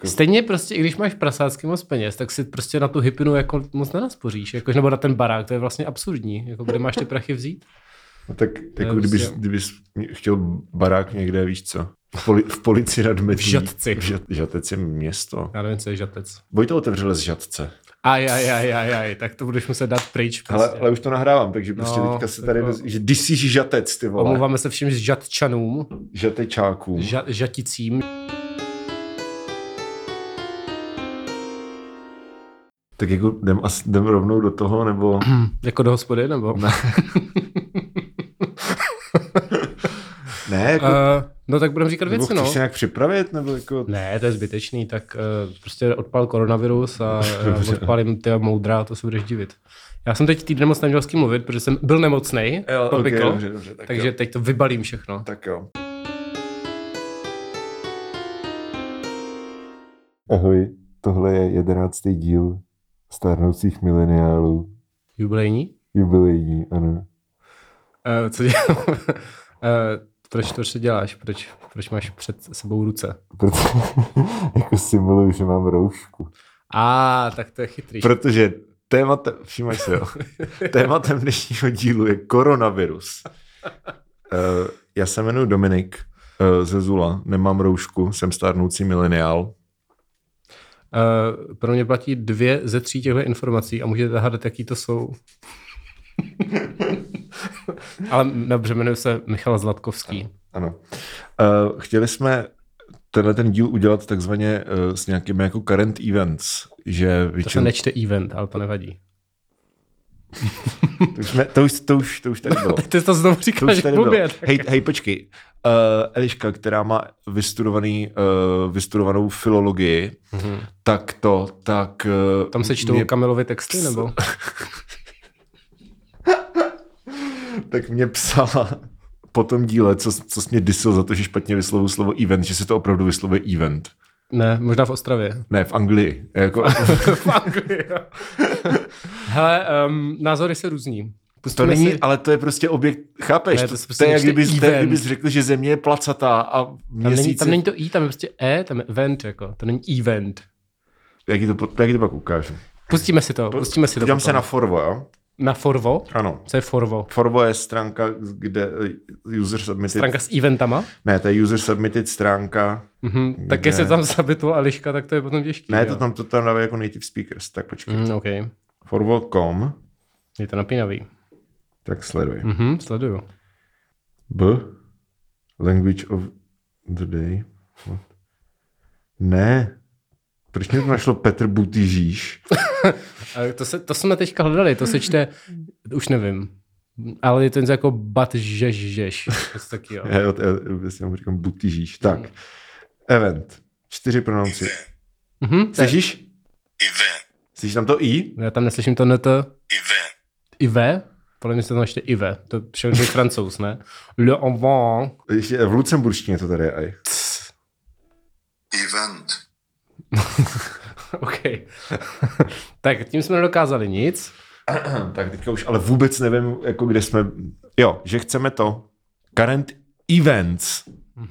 Stejně prostě, i když máš prasácky moc peněz, tak si prostě na tu hypinu jako moc nenaspoříš, jako, nebo na ten barák, to je vlastně absurdní, jako kde máš ty prachy vzít? No tak jako kdybys chtěl barák někde, víš co, v Polici nad Mední. V Žatci. Žatec je město. Já nevím, co je Žatec. Vojta otevřel z Žatce. Aj, tak to budeš muset dát pryč. Prostě. Ale už to nahrávám, takže prostě teďka se tady, že ty jsi Žatec, ty vole. Omlouváme se všem Žatčanům. Žatečákům. Žaticím. Tak jako jdem rovnou do toho, nebo... Jako do hospody, nebo? Ne. Ne, jako... No tak budeme říkat věci, no. Chceš se nějak připravit, nebo jako... Ne, to je zbytečný, tak prostě odpal koronavirus a odpalím ty moudra, to se budeš divit. Já jsem teď týden moc neměl s kým mluvit, protože jsem byl nemocnej, dobře, takže jo. teď to vybalím všechno. Tak jo. Ahoj, tohle je 11. díl Stárnoucích mileniálů. Jubilejní, ano. Co dělám? Proč to děláš? Proč máš před sebou ruce? Protože jako simuluju, že mám roušku. Tak to je chytrý. Protože všímaj se, jo. Tématem dnešního dílu je koronavirus. Já se jmenuji Dominik ze Zula, nemám roušku, jsem stárnoucí mileniál. Pro mě platí 2 ze 3 těchto informací a můžete hádat, jaký to jsou. Ale dobře, jmenuji se Michal Zlatkovský. Ano. Chtěli jsme ten díl udělat takzvaně s nějakými jako current events, že To se nečte event, ale to nevadí. To už tady bylo. Ty to znovu říkáš blbě. Hej, počkej. Eliška, která má vystudovanou filologii, tak... Tam se čtou Kamilovy texty, nebo? Tak mě psala po tom díle, co jsi mě disil za to, že špatně vyslovuji slovo event, že se to opravdu vyslovuje event. Ne, možná v Ostravě. Ne, v Anglii. Jako... v Anglii, jo. Hele, názory se různí. To není, ale to je prostě objekt, chápeš? Ne, to je jak kdybys řekl, že země je placatá a měsíce... Tam není to tam je prostě tam je event, jako. To není event. Jak to pak ukážu? Pustíme si to. Podívám se na Forvo, jo? Na Forvo? Ano. Co je Forvo? Forvo je stránka, kde user submitted... Stránka s eventama? Ne, to je user submitted stránka. Kde... Tak jestli tam submitoval Eliška, tak to je potom těžký. Ne, to tam dávají jako native speakers, tak počkej. Okay. Forvo.com. Je to napínavý. Tak sleduj. Sleduju. Language of the day. What? Ne. Proč mě to našlo Petr Buttigieg? to jsme teďka hledali, to se čte, už nevím, ale je to něco jako Batžežeš. Já mu říkám Buttigieg. Tak, event. 4 pronouncی. Slyšíš? Event. Slyšíš tam to I? Já tam neslyším to NT. Event. Ive? Podle mě se tam ještě Ive. To všechno je Francouz, ne? Le enfant. Ještě v lucemburštině to tady je aj. Event. OK. Tak tím jsme nedokázali nic. Tak teďka už ale vůbec nevím, jako kde jsme... Jo, že chceme to. Current events.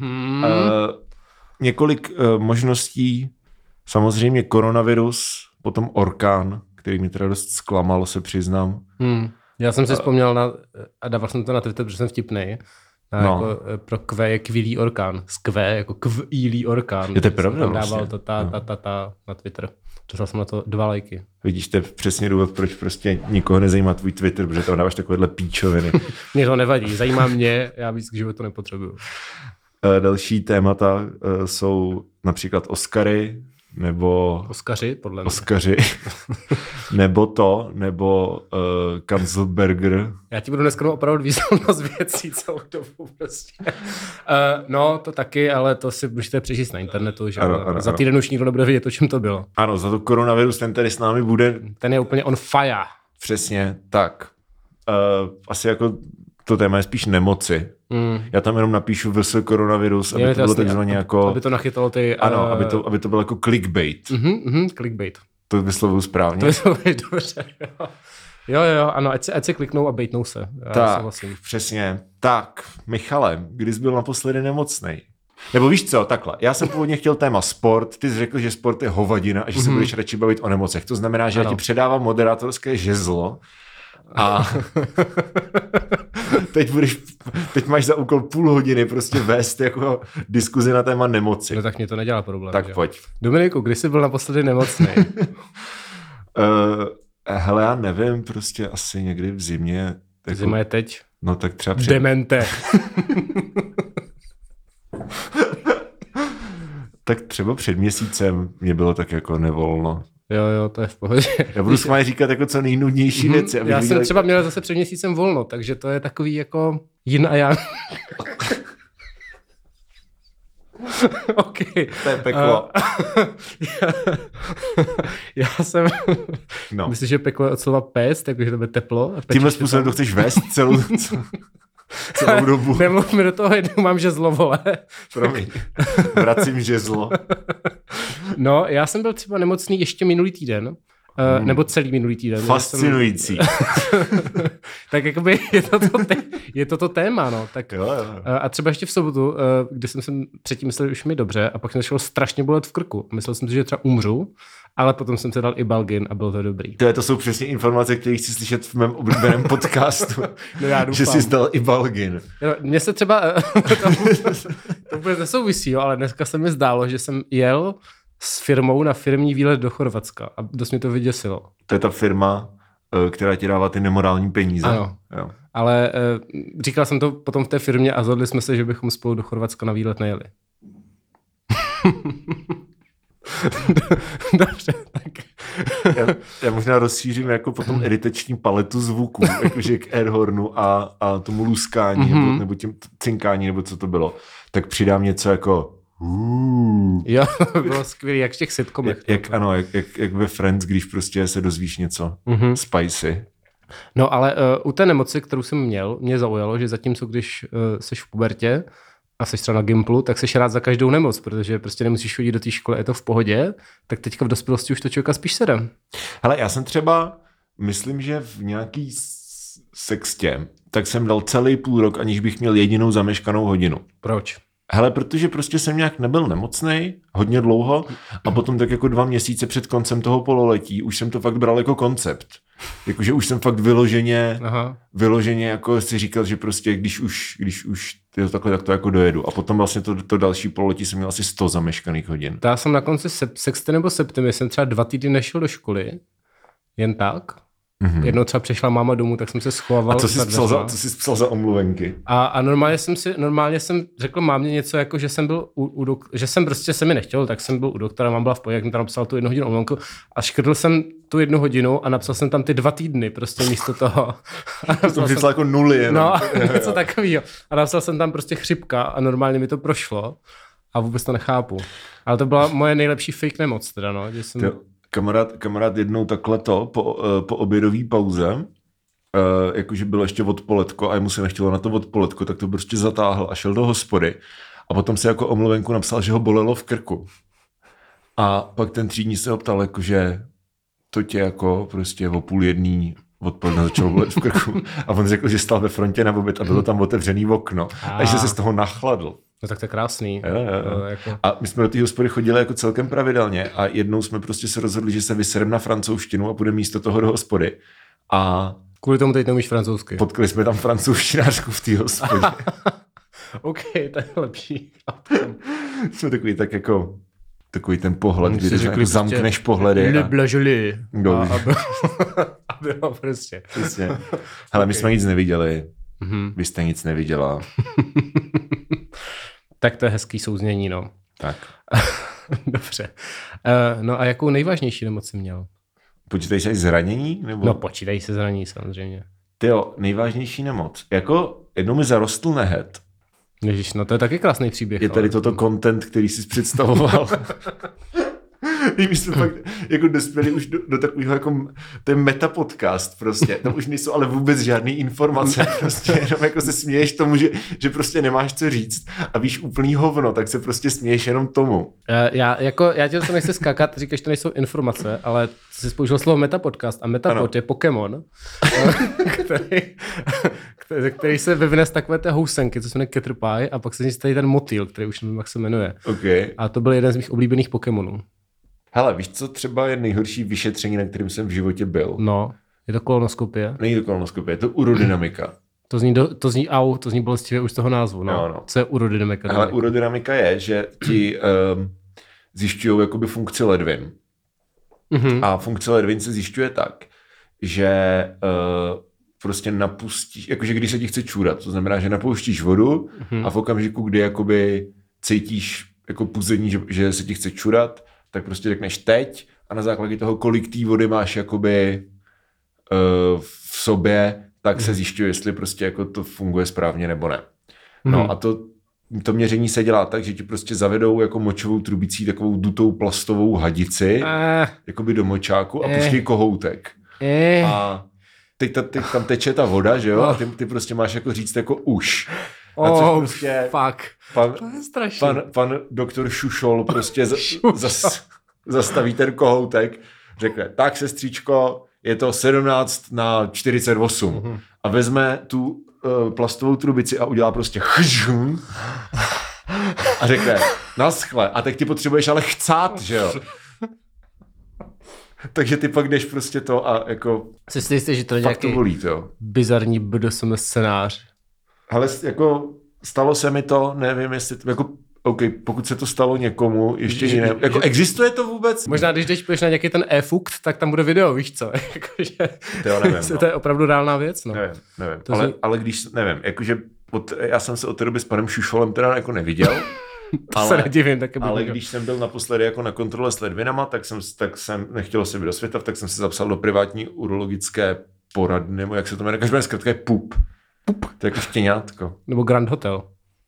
Několik možností. Samozřejmě koronavirus, potom orkán, který mě teda dost zklamal, se přiznám. Já jsem si vzpomněl a dával jsem to na Twitter, protože jsem vtipnej. Jako pro Q je kvilý orkán. Z Q jako kvílý orkán. Je to pravda jsem dával to na Twitter. Dostal jsem na to 2 lajky. Vidíš, to je přesně důvod, proč prostě nikoho nezajímá tvůj Twitter, protože tam dáváš takovéhle píčoviny. Mně to nevadí, zajímá mě, já víc k životu nepotřebuju. Další témata jsou například Oscary, nebo... Oscaři, podle mě. Oscaři. nebo Kanzelberger. Já ti budu dneska opravdu významnost věcí celou dobu prostě. No, to taky, ale to si můžete přečíst na internetu, že ano, za týden už nikdo nebude vědět, o čem to bylo. Ano, za to koronavirus, ten tady s námi bude. Ten je úplně on fire. Přesně, tak. Asi jako to téma je spíš nemoci. Já tam jenom napíšu vs koronavirus, aby to bylo takzvaně jako... Aby to nachytalo ty... Ano, aby to bylo jako clickbait. Clickbait. To vyslovuju správně. To vyslovuji dobře, jo, ano, ať se kliknou a bejtnou se. Tak, přesně. Tak, Michale, kdy jsi byl naposledy nemocnej? Nebo víš co, takhle. Já jsem původně chtěl téma sport, ty jsi řekl, že sport je hovadina a že se budeš radši bavit o nemocech. To znamená, že já ti předávám moderátorské žezlo a teď máš za úkol půl hodiny prostě vést jako diskuzi na téma nemoci. No tak mě to nedělá problém. Tak že? pojď. Dominiku, kdy jsi byl naposledy nemocný? Hele, já nevím, prostě asi někdy v zimě. Jako, Zima je teď. No tak třeba Demente. Tak třeba před měsícem mě bylo tak jako nevolno. Jo, to je v pohodě. Já budu s vámi říkat jako co nejnudnější věci. Já jsem třeba měl zase před měsícem volno, takže to je takový jako yin a yang. OK. To je peklo. Já jsem... No. Myslíš, že peklo je od slova pést, takže to bude teplo? Tímhle způsobem to chceš vést celou dobu. Nemluv mi do toho, jednou mám žezlo, vole. Promiň. Vracím žezlo. No, já jsem byl třeba nemocný ještě minulý týden. Nebo celý minulý týden. Fascinující. Tak jakoby je to téma, no. Tak, jo. A třeba ještě v sobotu, kdy jsem předtím myslel, že už mi dobře, a pak jsem začal strašně bolet v krku. Myslel jsem si, že třeba umřu, ale potom jsem se dal i Balgin a bylo to dobrý. To jsou přesně informace, které chci slyšet v mém oblíbeném podcastu. No já doufám. Že jsi dal i Balgin. Mně se třeba, to vůbec nesouvisí, jo, ale dneska se mi zdálo, že jsem jel s firmou na firmní výlet do Chorvatska a dost mě to vyděsilo. To je ta firma, která ti dává ty nemorální peníze. Ano. Jo. Ale říkal jsem to potom v té firmě a zhodli jsme se, že bychom spolu do Chorvatska na výlet nejeli. Dobře, tak. Já možná rozšířím jako potom editační paletu zvuků, jakože k airhornu a tomu luskání, nebo tím cinkání, nebo co to bylo. Tak přidám něco jako Jo, bylo skvělé, jak v těch sitcomech. Jak ve Friends, když prostě se dozvíš něco spicy. No ale u té nemoci, kterou jsem měl, mě zaujalo, že zatímco když seš v pubertě a seš třeba na Gimplu, tak seš rád za každou nemoc, protože prostě nemusíš chodit do té školy, je to v pohodě, tak teďka v dospělosti už to člověka spíš sedem. Hele, já jsem třeba, myslím, že v nějaký sextě, tak jsem dal celý půl rok, aniž bych měl jedinou zameškanou hodinu. Proč? Hele, protože prostě jsem nějak nebyl nemocnej hodně dlouho a potom tak jako 2 měsíce před koncem toho pololetí už jsem to fakt bral jako koncept. Jakože už jsem fakt vyloženě jako si říkal, že prostě když už je to takhle, tak to jako dojedu. A potom vlastně to další pololetí jsem měl asi 100 zameškaných hodin. Já jsem na konci sexty nebo septimy, jsem třeba 2 týdny nešel do školy, jen tak. Mm-hmm. Jednou třeba přišla máma domů, tak jsem se schovával. A co jsi psal za omluvenky? A normálně jsem řekl mámě něco jako, že jsem byl že jsem prostě se mi nechtěl, tak jsem byl u doktora, mám byla v pohodě, jak mi tam napsal tu 1 hodinu omluvenku a škrtl jsem tu 1 hodinu a napsal jsem tam ty 2 týdny prostě místo toho. To jsem psal jako 0 jenom. No, něco takového. A napsal jsem tam prostě chřipka a normálně mi to prošlo a vůbec to nechápu. Ale to byla moje nejlepší fake nemoc teda, no, že jsem... Kamarád jednou takhle po obědové pauze, jakože bylo ještě odpoledko a jemu se nechtělo na to odpoledko, tak to prostě zatáhl a šel do hospody. A potom se jako omluvenku napsal, že ho bolelo v krku. A pak ten třídní se ho ptal, jakože to tě jako prostě o 12:30 odpoledne začalo bolet v krku. A on řekl, že stál ve frontě na oběd a bylo tam otevřený okno. A že se z toho nachladl. No tak to je krásný. Jo. Jako... A my jsme do té hospody chodili jako celkem pravidelně a jednou jsme prostě se rozhodli, že se vyserem na francouzštinu a půjdeme místo toho do hospody. A kvůli tomu teď neumíš francouzsky. Potkali jsme tam francouzštinářku v té hospodě. OK, to je lepší. Jsme takový ten pohled, kdy jako zamkneš pohledy. Le blajoli. A bylo prostě. Přesně. Hele, my jsme nic neviděli. Vy jste nic neviděla. Tak to je hezký souznění, no. Tak. Dobře. No a jakou nejvážnější nemoc jsi měl? Počítají se zranění? Nebo... No počítají se zranění samozřejmě. Tyjo, nejvážnější nemoc. Jako jednou mi zarostl nehet. Ježiš, no to je taky krásný příběh. Je tady toto content, který jsi představoval. My jsme fakt jako dospěli už do takového jako, to je metapodcast prostě, tam už nejsou ale vůbec žádný informace, prostě jenom jako se směješ tomu, že prostě nemáš co říct a víš úplný hovno, tak se prostě směješ jenom tomu. Já tě to nechci skákat, říkáš, že to nejsou informace, ale jsi použil slovo metapodcast a metapod je Pokémon, který se vyvine z takové té housenky, co se jmenuje Caterpie, a pak se z ní stane ten motýl, který už nevím, jak se jmenuje. Okay. A to byl jeden z mých oblíbených Pokémonů. Hele, víš, co třeba je nejhorší vyšetření, na kterém jsem v životě byl? No, je to kolonoskopie. Není to kolonoskopie, je to urodynamika. To zní bolestivě už z toho názvu, no. Co je urodynamika? Ale urodynamika je, že ti zjišťují jakoby funkci ledvin. A funkce ledvin se zjišťuje tak, že prostě napustíš, jakože když se ti chce čůrat, to znamená, že napouštíš vodu a v okamžiku, kdy jakoby cítíš jako puzení, že se ti chce čurat, tak prostě řekneš teď a na základě toho, kolik té vody máš jakoby v sobě, tak se zjišťuje, jestli prostě jako to funguje správně nebo ne. No a to měření se dělá tak, že ti prostě zavedou jako močovou trubicí takovou dutou plastovou hadici jakoby do močáku a puští kohoutek. A teď tam teče ta voda, že jo? A ty prostě máš jako říct jako už. A což prostě pan doktor Šušol prostě zastaví ten kohoutek, řekne, tak sestřičko, je to 17:48 a vezme tu plastovou trubici a udělá prostě a řekne, naschle, a teď ty potřebuješ ale chcát, že jo? Takže ty pak jdeš prostě to a jako jsi jistý, že to je nějaký bizarní BDSM scénář. Ale jako stalo se mi to, nevím, jestli to, jako OK, pokud se to stalo někomu, ještě jiné. Jako existuje to vůbec? Možná, když půjdeš na nějaký ten e-fukt, tak tam bude video, víš co? To je opravdu reálná věc, no. Nevím. Ale když, nevím, jakože já jsem se od té doby s panem Šušolem teda jako neviděl. Se nedivím, ale když jsem byl naposledy jako na kontrole s ledvinama, tak jsem nechtěl se být do světa, tak jsem se zapsal do privátní urologické poradny, nebo jak se to jmenuje, každopádně zkrátka je PUP. To je jako štěňátko. Nebo Grand Hotel.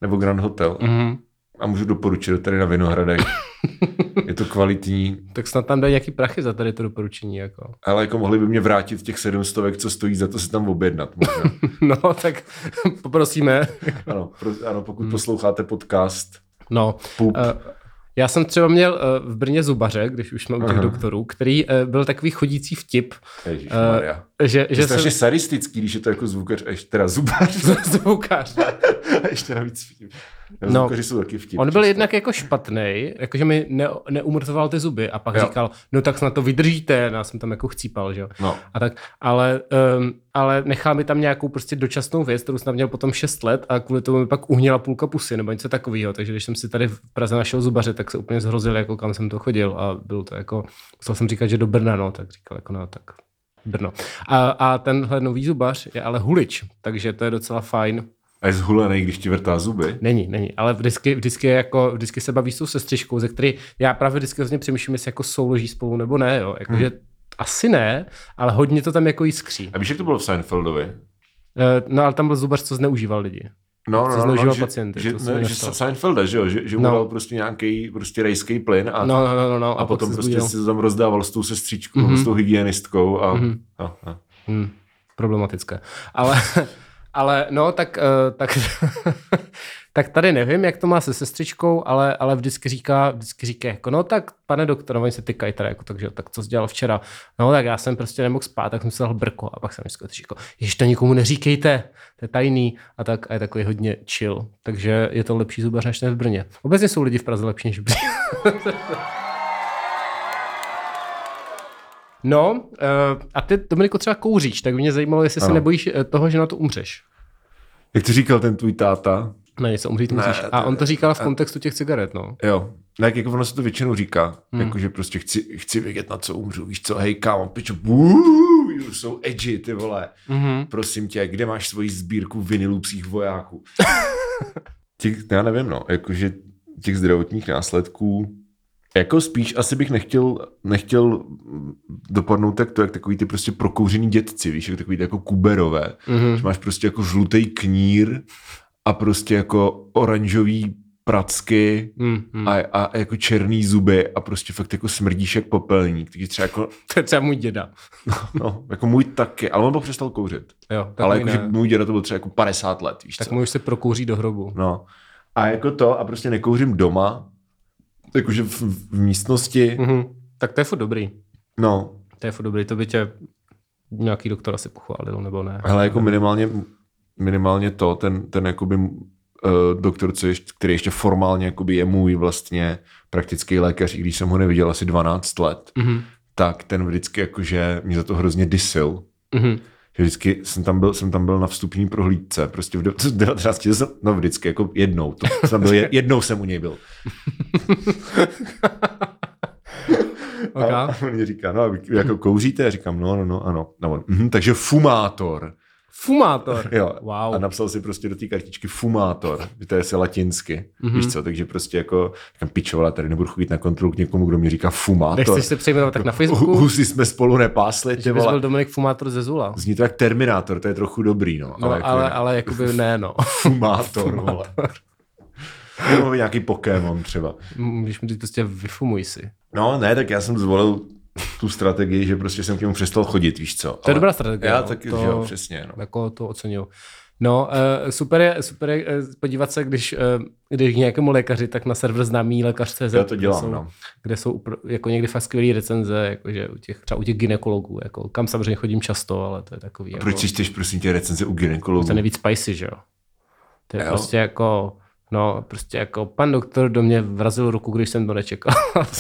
A můžu doporučit tady na Vinohradech. Je to kvalitní. Tak snad tam dají nějaký prachy za tady to doporučení. Jako. Ale jako mohli by mě vrátit těch 700, co stojí za to se tam objednat. Možná. No, tak poprosíme. Ano, pokud posloucháte podcast. No, já jsem třeba měl v Brně zubaře, když už jsme u těch doktorů, který byl takový chodící vtip. Ježišmarja. Že je strašně sadistický, když je to jako zvukař, teda zubař. Zvukař. A ještě navíc vtip. Zvukaři jsou taky vtip. On byl jednak jako špatnej, jakože mi neumrtoval ty zuby a pak říkal, no tak snad to vydržíte, já jsem tam jako chcípal, že jo. No. A tak, ale nechal mi tam nějakou prostě dočasnou věc, kterou jsem měl potom 6 let a kvůli tomu mi pak uhnila půlka pusy nebo něco takového, takže když jsem si tady v Praze našel zubaře, tak se úplně zhrozil, jako kam jsem to chodil a bylo to jako, musel jsem říkat, že do Brna, no, tak říkal jako no, tak Brno. A tenhle nový zubař je ale hulič, takže to je docela fajn. A je zhulený, když ti vrtá zuby? Není, ale vždycky se baví s tou sestřičkou, ze který já právě vždycky hodně přemýšlím, jestli jako souloží spolu nebo ne, jo, jakože asi ne, ale hodně to tam jako jiskří. A víš, jak to bylo v Seinfeldovi? No, ale tam byl zubař, co zneužíval lidi. Zneužíval pacienty. Že Seinfelda, že jo, že mu dal prostě nějaký prostě rajský plyn a potom prostě si to tam rozdával s tou sestřičkou, s tou hygienistkou Problematické. Ale no, tak tak tady nevím, jak to má se sestřičkou, ale vždycky říká jako, no tak pane doktor, oni se tykají tady, jako, takže tak co jsi dělal včera? No tak já jsem prostě nemohl spát, tak jsem si dal brko a pak jsem říkal, jež to nikomu neříkejte, to je tajný a tak a je takový hodně chill, takže je to lepší zubař než v Brně. Obecně jsou lidi v Praze lepší než v Brně. No, a ty, Dominiku, třeba kouříš, tak mě zajímalo, jestli se nebojíš toho, že na to umřeš. Jak to říkal ten tvůj táta? Ne, něco umřít musíš. A on to říkal v kontextu těch cigaret, no. Jo, tak jako ono se to většinou říká, jakože prostě chci vědět, na co umřu, víš co, hej kámo, pičo, jsou edgy, ty vole. Prosím tě, kde máš svoji sbírku vinilů psích vojáků? Já nevím, no, jakože těch zdravotních následků, jako spíš asi bych nechtěl dopadnout tak to, jak takový ty prostě prokouřený dětci, víš, jak takový ty jako kuberové, že máš prostě jako žlutej knír a prostě jako oranžový pracky a jako černý zuby a prostě fakt jako smrdíš jak popelník. Takže třeba jako... To je třeba můj děda. No, jako můj taky, ale on přestal kouřit. Jo, ale jakože můj děda to byl třeba jako 50 let, víš tak co? Tak můj už se prokouří do hrobu. No. A jako to, a prostě nekouřím doma, jakože v místnosti. Tak to je furt dobrý. No. To je furt dobrý, to by tě nějaký doktor asi pochválil, nebo ne? Hele, jako minimálně to, ten jakoby doktor, který ještě formálně jakoby je můj vlastně praktický lékař, i když jsem ho neviděl asi 12 let, tak ten vždycky jakože mě za to hrozně disil. Že vždycky jsem tam byl na vstupní prohlídce, prostě v 19, no vždycky, jako jednou, jednou jsem u něj byl. Okay. A on mi říká, no, jako kouříte? Já říkám, no, ano. No, takže fumátor. Fumátor? Jo. Wow. A napsal si prostě do té kartičky fumátor, to je asi latinsky, víš co, takže prostě jako, říkám, pičovala, tady nebudu chodit na kontrolu k někomu, kdo mi říká fumátor. Nechceš se přejmenovat tak na Facebooku? Husy jsme spolu nepásli, ty že bys vole. byl Dominik Fumátor ze Zula. Zní to jak Terminátor, to je trochu dobrý, no. No, ale jakoby ne, no. Fumátor, vole. Nebo nějaký Pokémon třeba. Můžeš mi říct prostě vyfumuj si. No ne, tak já jsem zvolil tu strategii, že prostě jsem k němu přestal chodit, víš co. To je dobrá strategie. Já taky, jo, přesně. No. Jako to oceňuju. No, super je podívat se, když k nějakému lékaři, tak na server známý lékař.cz, já to dělám, kde jsou jako někdy fakt skvělý recenze, jakože třeba u těch gynekologů, jako, kam samozřejmě chodím často, ale to je takový. A proč si čteš, prosím tě, recenze u gynekologů? To je nejvíc spicy, že jo? To je prostě jako, no, prostě jako pan doktor do mě vrazil ruku, když jsem to nečekal.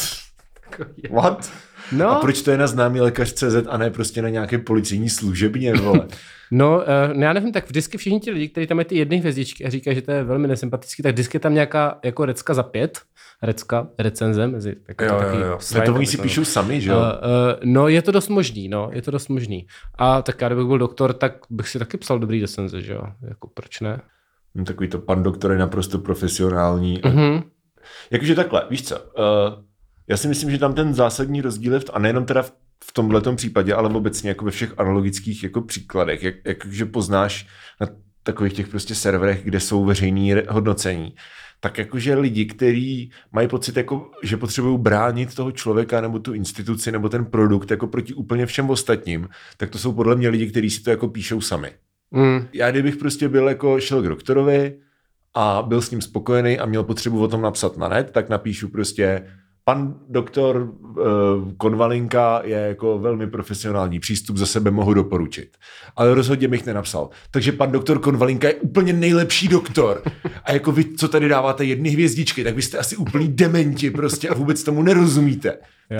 What? No. A proč to je na známý lékař.cz a ne prostě na nějaké policejní služebně, vole? No, já nevím, tak vždycky všichni ti lidi, kteří tam mají ty jedny hvězdičky a říkají, že to je velmi nesympatický, tak vždycky je tam nějaká jako recka za 5, recenze mezi jo. To oni si píšou sami, že jo? No, je to dost možný, A tak já, kdybych byl doktor, tak bych si taky psal dobrý recenze, že jo? Jako proč ne? No, takový to pan doktor je naprosto profesionální. Jakože takhle, víš co? Já si myslím, že tam ten zásadní rozdíl je, a nejenom teda v tomhletom případě, ale obecně jako ve všech analogických jako příkladech, jakže poznáš na takových těch prostě serverech, kde jsou veřejný hodnocení, tak jakože lidi, kteří mají pocit, jako, že potřebují bránit toho člověka nebo tu instituci nebo ten produkt jako proti úplně všem ostatním, tak to jsou podle mě lidi, kteří si to jako píšou sami. Já kdybych prostě byl jako šel k doktorovi a byl s ním spokojený a měl potřebu o tom napsat na net, tak napíšu prostě pan doktor Konvalinka je jako velmi profesionální přístup, za sebe mohu doporučit. Ale rozhodně bych nenapsal. Takže pan doktor Konvalinka je úplně nejlepší doktor. A jako vy, co tady dáváte jedny hvězdičky, tak vy jste asi úplný dementi prostě a vůbec tomu nerozumíte.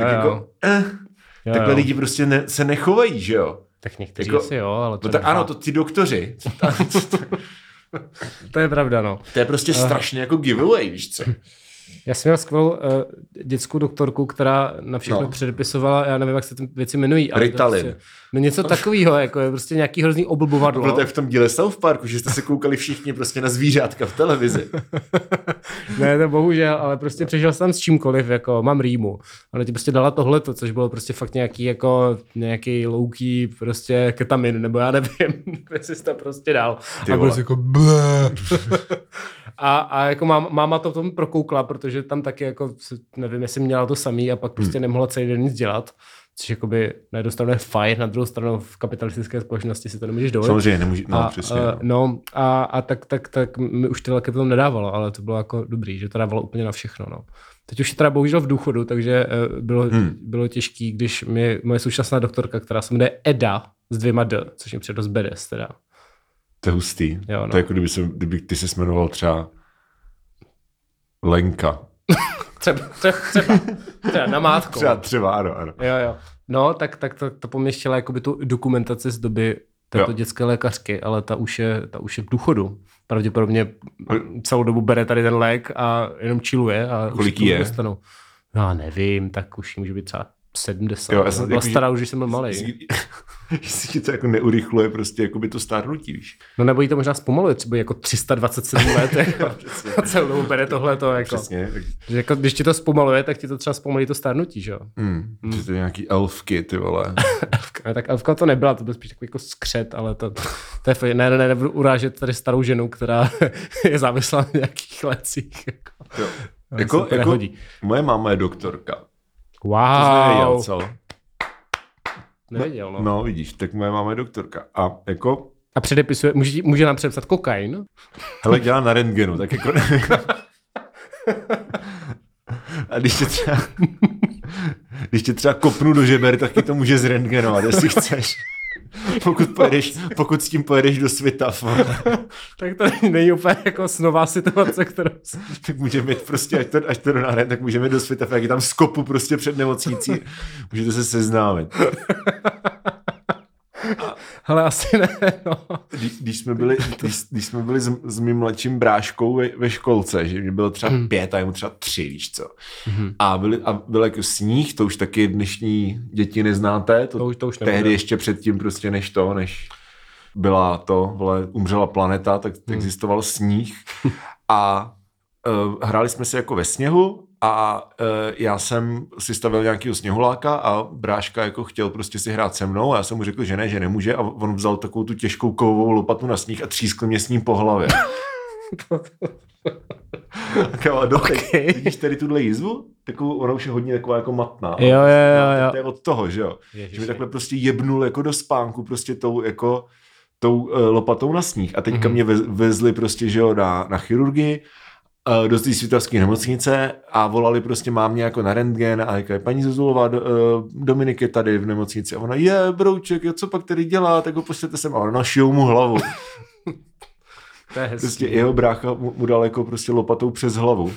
Takhle lidi prostě se nechovají, že jo? Tak někteří jako, asi jo, ale to ano, to ty doktoři. To je pravda, no. To je prostě strašně jako giveaway, víš co? Já jsem měl skvělou dětskou doktorku, která na všechno předepisovala, já nevím, jak se ty věci jmenují. Ale Ritalin. Prostě, no něco takového, jako je prostě nějaký hrozný oblbovadlo. Bylo to v tom díle South Parku, že jste se koukali všichni prostě na zvířátka v televizi. Ne, to bohužel, ale prostě přešel jsem s čímkoliv, jako mám rýmu. Ona ti prostě dala tohleto, což bylo prostě fakt nějaký louký prostě ketamin, nebo já nevím, kde jsi to prostě dal. A byl jako A jako máma to v tom prokoukla, protože tam taky jako, nevím, jestli měla to samý a pak prostě nemohla celý den nic dělat. Což jakoby na jednu stranu je fajn, na druhou stranu v kapitalistické společnosti si to nemůžeš dovolit. Samozřejmě nemůžeš, no přesně. Tak mi už ty léky potom nedávalo, ale to bylo jako dobrý, že to dávalo úplně na všechno. No. Teď už je teda bohužel v důchodu, takže bylo těžký, když moje současná doktorka, která se jmenuje Eda s 2 D, což mi přijde dost badass teda. To je hustý. Jo, no. To je jako kdyby ty se jmenoval třeba Lenka. třeba namátkou. Třeba, ano. Jo. No, tak to poměštěla jakoby tu dokumentaci z doby této dětské lékařky, ale ta už je v důchodu. Pravděpodobně celou dobu bere tady ten lék a jenom chilluje. A kolik je? Dostanou. Já nevím, tak už může být třeba 70. Jo, já jsem byla jako, stará už, když jsem byl malý. Jestli ti to jako neurychluje prostě jako by to stárnutí, víš. No nebo jí to možná zpomaluje, třeba jako 327 let. Jako, a celou dobu bere tohleto. Jako, přesně. že jako, když ti to zpomaluje, tak ti to třeba zpomalí to stárnutí, že jo? Že to je nějaký elfky, ty vole. Tak elfka to nebyla, to byl spíš takový jako skřet, ale to je ne, nebudu urážet tady starou ženu, která je závislá na nějakých lecích. Jako moje máma je doktorka. Wow. To jsi nevěděl, co? Nevěděl, no. No, vidíš, tak moje máma je doktorka. A jako... A předepisuje, může nám předepsat kokain? Hele, dělá na rentgenu, tak jako... A když tě třeba kopnu do žeber, tak ti to může zrentgenovat, jestli chceš. Pokud s tím pojedeš do Svitav. Tak to není úplně jako snová situace, kterou... Tak můžeme mít prostě, až to donáhne, tak můžeme jít do Svitav, jak je tam skopu prostě před nemocnicí. Můžete se seznámit. Ale asi ne, no. Když jsme byli s mým mladším bráškou ve školce, že mě bylo třeba 5 a jemu třeba 3, víš co. A byl jako sníh, to už taky dnešní děti neznáte, to už tehdy ještě předtím prostě než byla umřela planeta, tak existoval sníh a hráli jsme si jako ve sněhu a já jsem si stavil nějakýho sněhuláka a bráška jako chtěl prostě si hrát se mnou a já jsem mu řekl, že ne, že nemůže a on vzal takovou tu těžkou kovovou lopatu na sníh a třískl mě s ním po hlavě. Okay. Vidíš tady tuhle jízvu? Takovou, ona už je hodně taková jako matná. Jo. To je od toho, že jo? Ježiši. Že mi takhle prostě jebnul jako do spánku prostě tou lopatou na sníh a teďka mě vezli prostě, že jo, na chirurgii do té svitavské nemocnice a volali prostě mámě jako na rentgen a říkají, paní Zozulová, Dominik je tady v nemocnici a ona, brouček, co pak tady dělá, tak ho pošlete sem a ona šijou mu hlavu. To je hezký. Prostě jeho brácha mu dal jako prostě lopatou přes hlavu.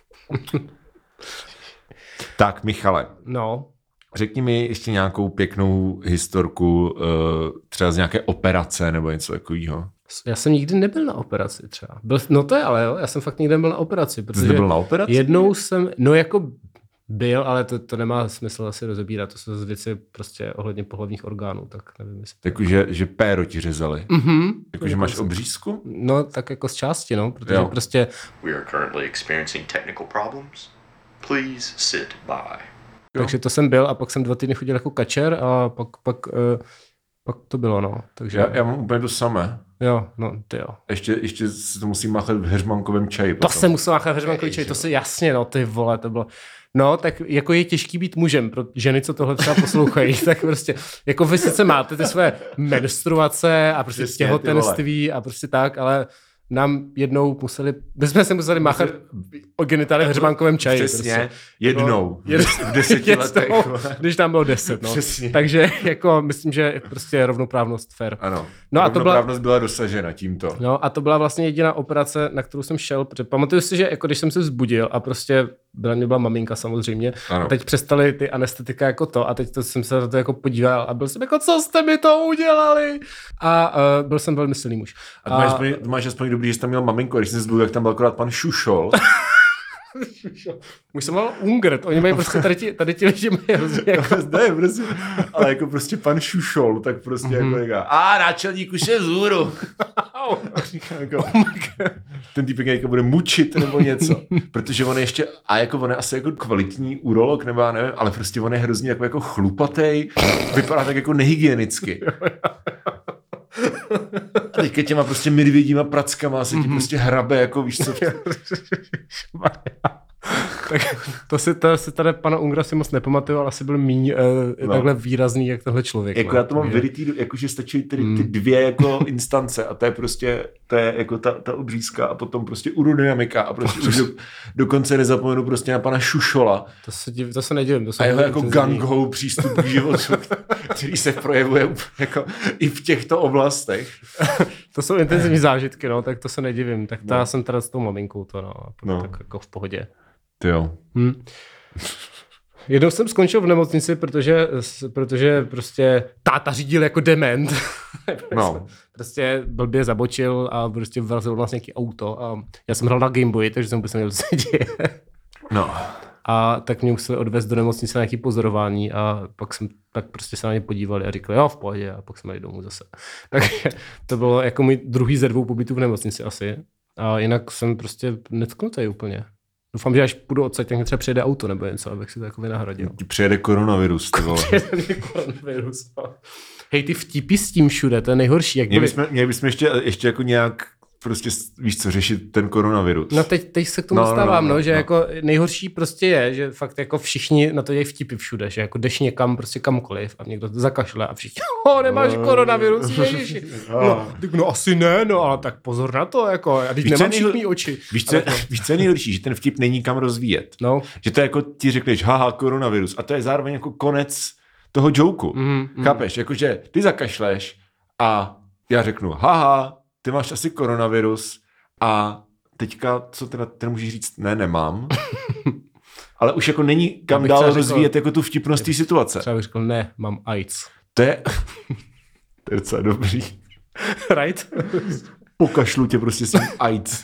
Tak, Michale. No. Řekni mi ještě nějakou pěknou historku, třeba z nějaké operace nebo něco takového. Já jsem nikdy nebyl na operaci třeba. No to je ale jo, já jsem fakt nikdy nebyl na operaci. Protože jsi nebyl na operaci? Jednou jsem, no jako byl, ale to nemá smysl asi rozebírat, to jsou věci prostě ohledně pohlavních orgánů, tak nevím, jestli... Takže, že péro ti řezali? Jakože máš obřízku? No tak jako z části, no, protože prostě... We are currently experiencing technical problems. Please sit by. Takže to jsem byl a pak jsem 2 týdny chodil jako kačer a pak to bylo, no. Takže... Já mám úplně to samé. Jo, no, ty jo. Ještě se to musím máchat v heřmankovém čaji. To se musel máchat v heřmankovém čaji, to se jasně, no, ty vole, to bylo... No, tak jako je těžký být mužem, pro ženy, co tohle třeba poslouchají, tak prostě, jako vy sice máte ty své menstruace a prostě těhotenství a prostě tak, ale nám jednou my jsme se museli máchat o genitály v heřmankovém čaji. Přesně, prostě. jednou. V 10 letech. Když tam bylo 10, no. Přesně. Takže jako myslím, že prostě rovnoprávnost fair. Ano, no rovnoprávnost byla dosažena tímto. No a to byla vlastně jediná operace, na kterou jsem šel, protože pamatuju si, že jako když jsem se vzbudil a prostě mě byla maminka samozřejmě, a teď přestaly ty anestetika jako to a teď jsem se na to jako podíval a byl jsem jako, co jste mi to udělali? A byl jsem velmi silný muž. A ty máš aspoň dobrý, že jsi tam měl maminku, a když jsi se vzbudil, tak tam byl akorát pan Šušol. Už jsem mal Ungert, oni mají prostě tady ti lidi mají hrozně jako... Ne, prostě, ale jako prostě pan Šušol, tak prostě jako říká, náčelník už je vzhůru. Jako, ten týpek jako bude mučit nebo něco, protože on je ještě, on je asi jako kvalitní urolog, nebo já nevím, ale prostě on je hrozně jako chlupatej, vypadá tak jako nehygienicky. A teďka těma prostě medvědíma prackama se ti prostě hrabe, jako víš co. Tak to si tady pana Ungra si moc nepamatuju, ale asi byl míň takhle výrazný, jak tenhle člověk. Jako já to mám vyrytý, jakože stačí ty 2 jako instance a to je prostě, to je jako ta obřízka a potom prostě urodynamika a prostě dokonce nezapomenu prostě na pana Šušola. To se nedivím. A jeho jako gang-ho přístup k životu, který se projevuje jako i v těchto oblastech. To jsou intenzivní zážitky, no, tak to se nedivím. Tak já jsem teda s tou maminkou tak jako v pohodě. Jo. Jednou jsem skončil v nemocnici, protože prostě táta řídil jako dement. Prostě blbě zabočil a prostě vrazil vlastně nějaký auto a já jsem hrál na Gameboy, takže jsem vůbec nevěděl, co se děje. No. a tak mě museli odvést do nemocnice na nějaký pozorování a pak prostě se na mě podívali a říkali, jo, v pohodě, a pak jsme jeli domů zase. Takže to bylo jako můj druhý ze 2 pobytů v nemocnici asi. A jinak jsem prostě netknutý úplně. Doufám, že až půjdu odsaď, tak mě třeba přijede auto nebo něco, abych si to jako vynahradil. Ti přijede koronavirus, ty vole. Přijede koronavirus, no. Hej, ty vtipy s tím všude, to je nejhorší. Jak Měli bychom ještě jako nějak prostě, víš co, řešit ten koronavirus. No teď se k tomu stávám, že jako nejhorší prostě je, že fakt jako všichni na to dějí vtipy všude, že jako jdeš někam prostě kamkoliv a někdo to zakašle a všichni, nemáš koronavirus, ježiši. No asi ne, no ale tak pozor na to, jako, a teď nemám všichni oči. Víš, co je nejhorší, že ten vtip není kam rozvíjet. No. Že to jako ti řekneš, haha, koronavirus, a to je zároveň jako konec toho joku. Chápeš, jakože ty zakašleš a já řeknu, haha, ty máš asi koronavirus a teďka, co teda můžeš říct, nemám. Ale už jako není kam dál rozvíjet jako tu vtipnost té situace. Třeba bych řekl, ne, mám AIDS. To je docela dobrý. Right? Pokašlu tě prostě s tím AIDS.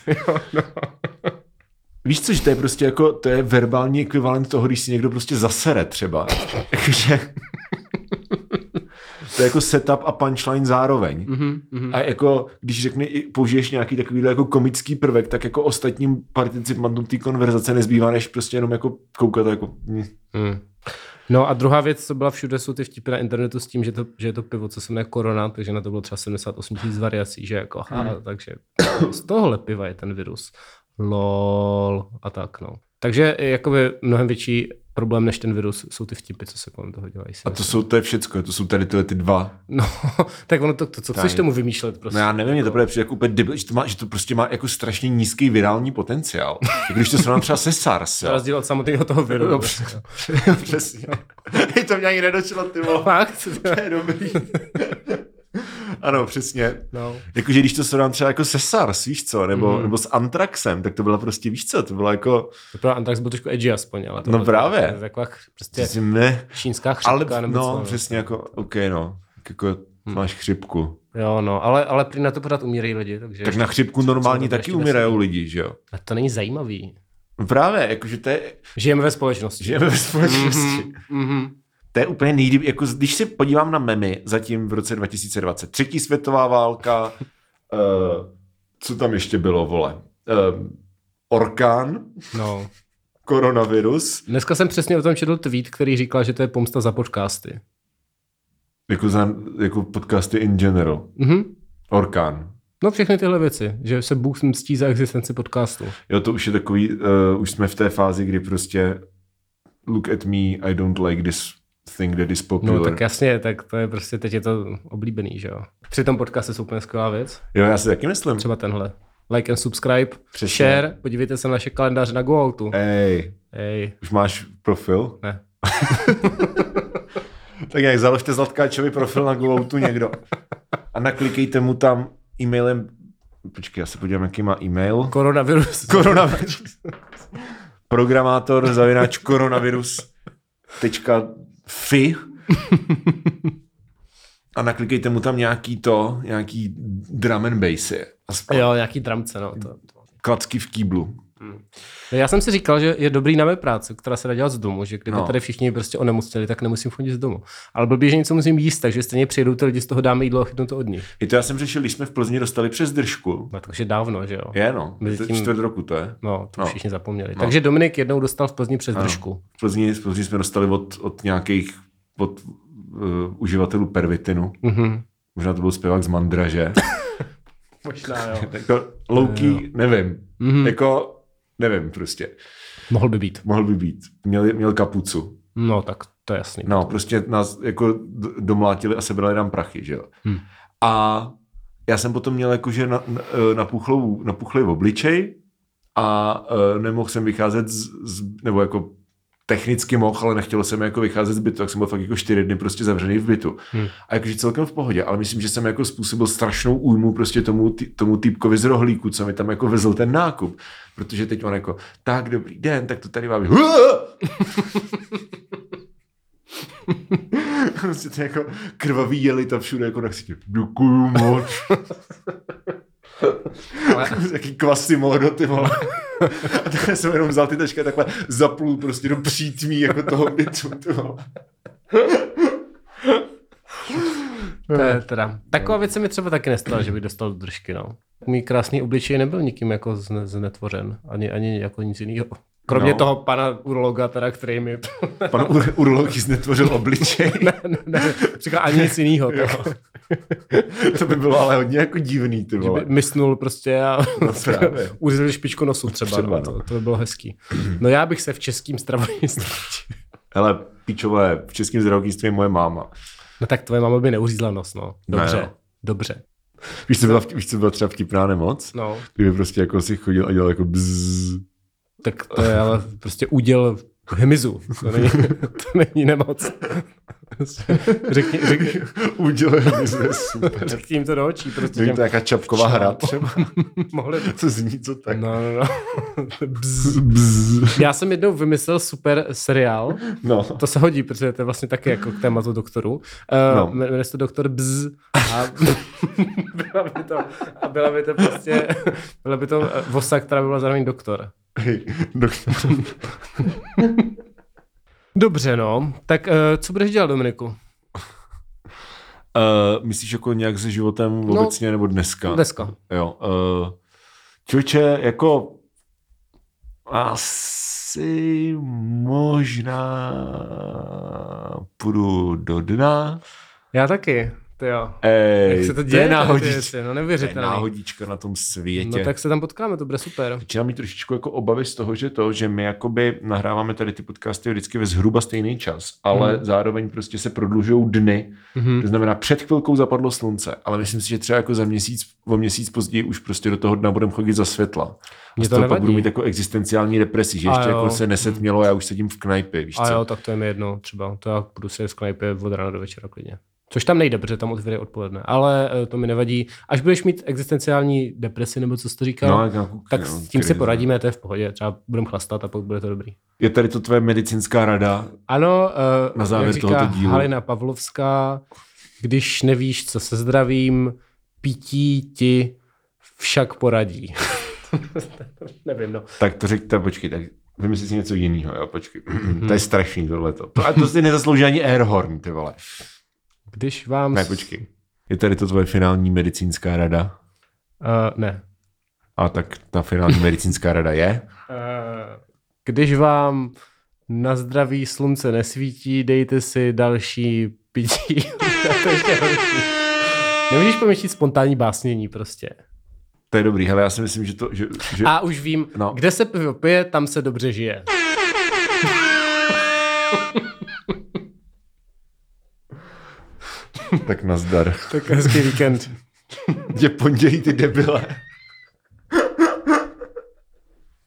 Víš co, že to je prostě jako, to je verbální ekvivalent toho, když si někdo prostě zasere třeba. Jakože... To je jako setup a punchline zároveň. A jako, když použiješ nějaký takovýhle jako komický prvek, tak jako ostatním participantům té konverzace nezbývá, než prostě jenom jako koukat jako... No a druhá věc, co byla všude, jsou ty vtipy na internetu s tím, že je to pivo, co se jmenuje Corona, takže na to bylo třeba 78 000 variací, že jako takže z tohohle piva je ten virus. Lol a tak, no. Takže jakoby mnohem větší problém než ten virus jsou ty vtipy, co se kolem toho dělají. A to je všecko, to jsou tady tyhle ty 2. No, tak ono co chceš tomu vymýšlet prostě. No já nevím, mě to přijde jako úplně debil, že to prostě má jako strašně nízký virální potenciál. Jako když to srovnám třeba se SARS, jo. Rozdíl od samotného toho viru. No, přesně. Hej, to mě ani nedočilo, ty vole. Fakt? To je dobrý. Ano, přesně. No. Jakože když to srovnám třeba jako se SARS, víš co, nebo s Antraxem, tak to byla prostě, víš co, to byla jako... To Antrax byl trošku edgy aspoň, ale to no právě. To taková prostě čínská chřipka. Ale, nebo no, co, přesně jako, OK, no, jako máš chřipku. Jo, no, ale prý na to pořád umírají lidi, takže... Tak na chřipku normální taky umírajou lidi, že jo? A to není zajímavý. Právě, jakože to je... Žijeme ve společnosti. To je úplně nejlíp, jako když se podívám na memy zatím v roce 2020, 3. světová válka, co tam ještě bylo, vole? Orkán, no. Koronavirus. Dneska jsem přesně o tom četl tweet, který říkal, že to je pomsta za podcasty. Jako podcasty in general. Orkán. No všechny tyhle věci, že se Bůh mstí za existenci podcastu. Jo, to už je takový, už jsme v té fázi, kdy prostě look at me, I don't like this thing that is popular. No tak jasně, tak to je prostě, teď je to oblíbený, že jo. Při tom podcastu jsou úplně skvělá věc. Jo, já si taky myslím. Třeba tenhle. Like and subscribe, přesně. Share, podívejte se na naše kalendáře na GoOutu. Ej. Už máš profil? Ne. Tak jak založte Zlatkáčovi profil na GoOutu někdo. A naklikejte mu tam e-mailem, počkej, já se podívám, jaký má e-mail. Koronavirus. Programátor @ koronavirus.fi a naklikejte mu tam nějaký drum and bassy. Jo, nějaký dramce, no. To. Klacky v kýblu. Já jsem si říkal, že je dobrý na mé práci, která se dá dělat z domu, že kdyby tady všichni prostě onemocněli, tak nemusím chodit z domu. Ale blbě, že něco musím jíst, takže stejně přijedou ty lidi, z toho dáme jídlo a chytnu to od nich. I to já jsem řešil, když jsme v Plzni dostali přes držku. No, takže dávno, že jo. Je no, to 4 roku to je. No, to všichni zapomněli. No. Takže Dominik jednou dostal v Plzni přes držku. V Plzni jsme dostali od nějakých uživatelů pervitinu. Možná to byl zpěvák z Mandraže. Možná, jo. Jako low-key, nevím. Jako, nevím prostě. Mohl by být. Měl kapucu. No, tak to je jasný. No, prostě nás jako domlátili a sebrali nám prachy, že jo. A já jsem potom měl jakože napuchlej obličej a nemohl jsem vycházet nebo jako technicky mohl, ale nechtělo se mi jako vycházet z bytu, tak jsem byl fakt jako 4 dny prostě zavřený v bytu. A jakože celkem v pohodě, ale myslím, že jsem jako způsobil strašnou újmu prostě tomu týpkovi z rohlíku, co mi tam jako vezl ten nákup. Protože teď on jako, tak dobrý den, tak to tady mám. Prostě to jako krvavý jeli tam všude jako na ksítě. Děkuju moc. Ale... Jaký kvasy módo, ty vole. A takhle jsem jenom vzal ty tašky a takhle zaplul prostě do přítmí jako toho bytu. To je teda. Taková věc se mi třeba taky nestala, že bych dostal do držky, no. Můj krásný obličej nebyl nikým jako znetvořen, ani jako nic jiného. Kromě toho pana urologa, teda, který mi... Pan urolog znetvořil obličej. ne, říkal ani nic jiného. To by bylo ale hodně jako divný, ty vole. Že by mysnul prostě a uřezali špičku nosu třeba no. To by bylo hezký. No já bych se v českým zdravotnictví... Hele, píčové, v českém zdravotnictví je moje máma. No tak tvoje máma by neuřízla nos, no. Dobře, ne, dobře. Víš, co byla třeba vtipná nemoc? No. Kdyby prostě jako si chodil a dělal jako bzzz. Tak to je ale prostě úděl hmyzu. To není nemoc. Řekni Úděl hmyzu je super. Řekni jim to do očí. Prostě Není to nějaká čapková hra třeba? Mohli to. Co zní, co tak? No. Bzz. Já jsem jednou vymyslel super seriál. No. To se hodí, protože to je vlastně taky jako k tématu doktoru. Jmenuje se to Doktor Bzz. A byla by to vosa, která by byla zároveň doktor. Hej, doktor. Dobře, no. Tak co budeš dělat, Dominiku? Myslíš jako nějak se životem obecně nebo dneska? Dneska. Jo. Člověče, jako asi možná půjdu do dna. Já taky. To jo. Ej, jak se to děje? To je náhodička. No neuvěřitelný. Náhodička na tom světě. No tak se tam potkáme, to bude super. Začínám mít trošičku jako obavy z toho, že my jakoby nahráváme tady ty podcasty vždycky ve zhruba stejný čas, ale zároveň prostě se prodlužují dny. To znamená, před chvilkou zapadlo slunce, ale myslím si, že třeba jako o měsíc později už prostě do toho dna budeme chodit za světla. A z toho pak budu mít jako existenciální depresi, že ještě jako se nesetmělo, já už sedím v knajpě, víš co? A jo, tak to je mi jedno třeba. To já budu sedět v knajpě od rána do večera klidně. Což tam nejde, protože tam otvírají odpoledne, ale to mi nevadí. Až budeš mít existenciální depresi, nebo co jsi to říkal, tak s tím si poradíme, to je v pohodě. Třeba budeme chlastat a pak bude to dobrý. Je tady to tvoje medicínská rada? Ano, na závěr jak tohoto dílu. Halina Pavlovská, když nevíš, co se zdravím, pití ti však poradí. Nevím, no. Tak to řekte, počkej, tak vymyslí si něco jiného, jo, počkej. To je strašný tohleto. A to si nezaslouží ani Airhorn, ty vole. Když vám... Ne, počkej. Je tady to tvoje finální medicínská rada? Ne. A tak ta finální medicínská rada je? Když vám na zdraví slunce nesvítí, dejte si další pití. To ještě horší. Nemůžeš pomyštit spontánní básnění prostě. To je dobrý, hele, já si myslím, že to... Že... A už vím, kde se pivo pije, tam se dobře žije. Tak nazdar. Tak hezký víkend. Je pondělí, ty debile.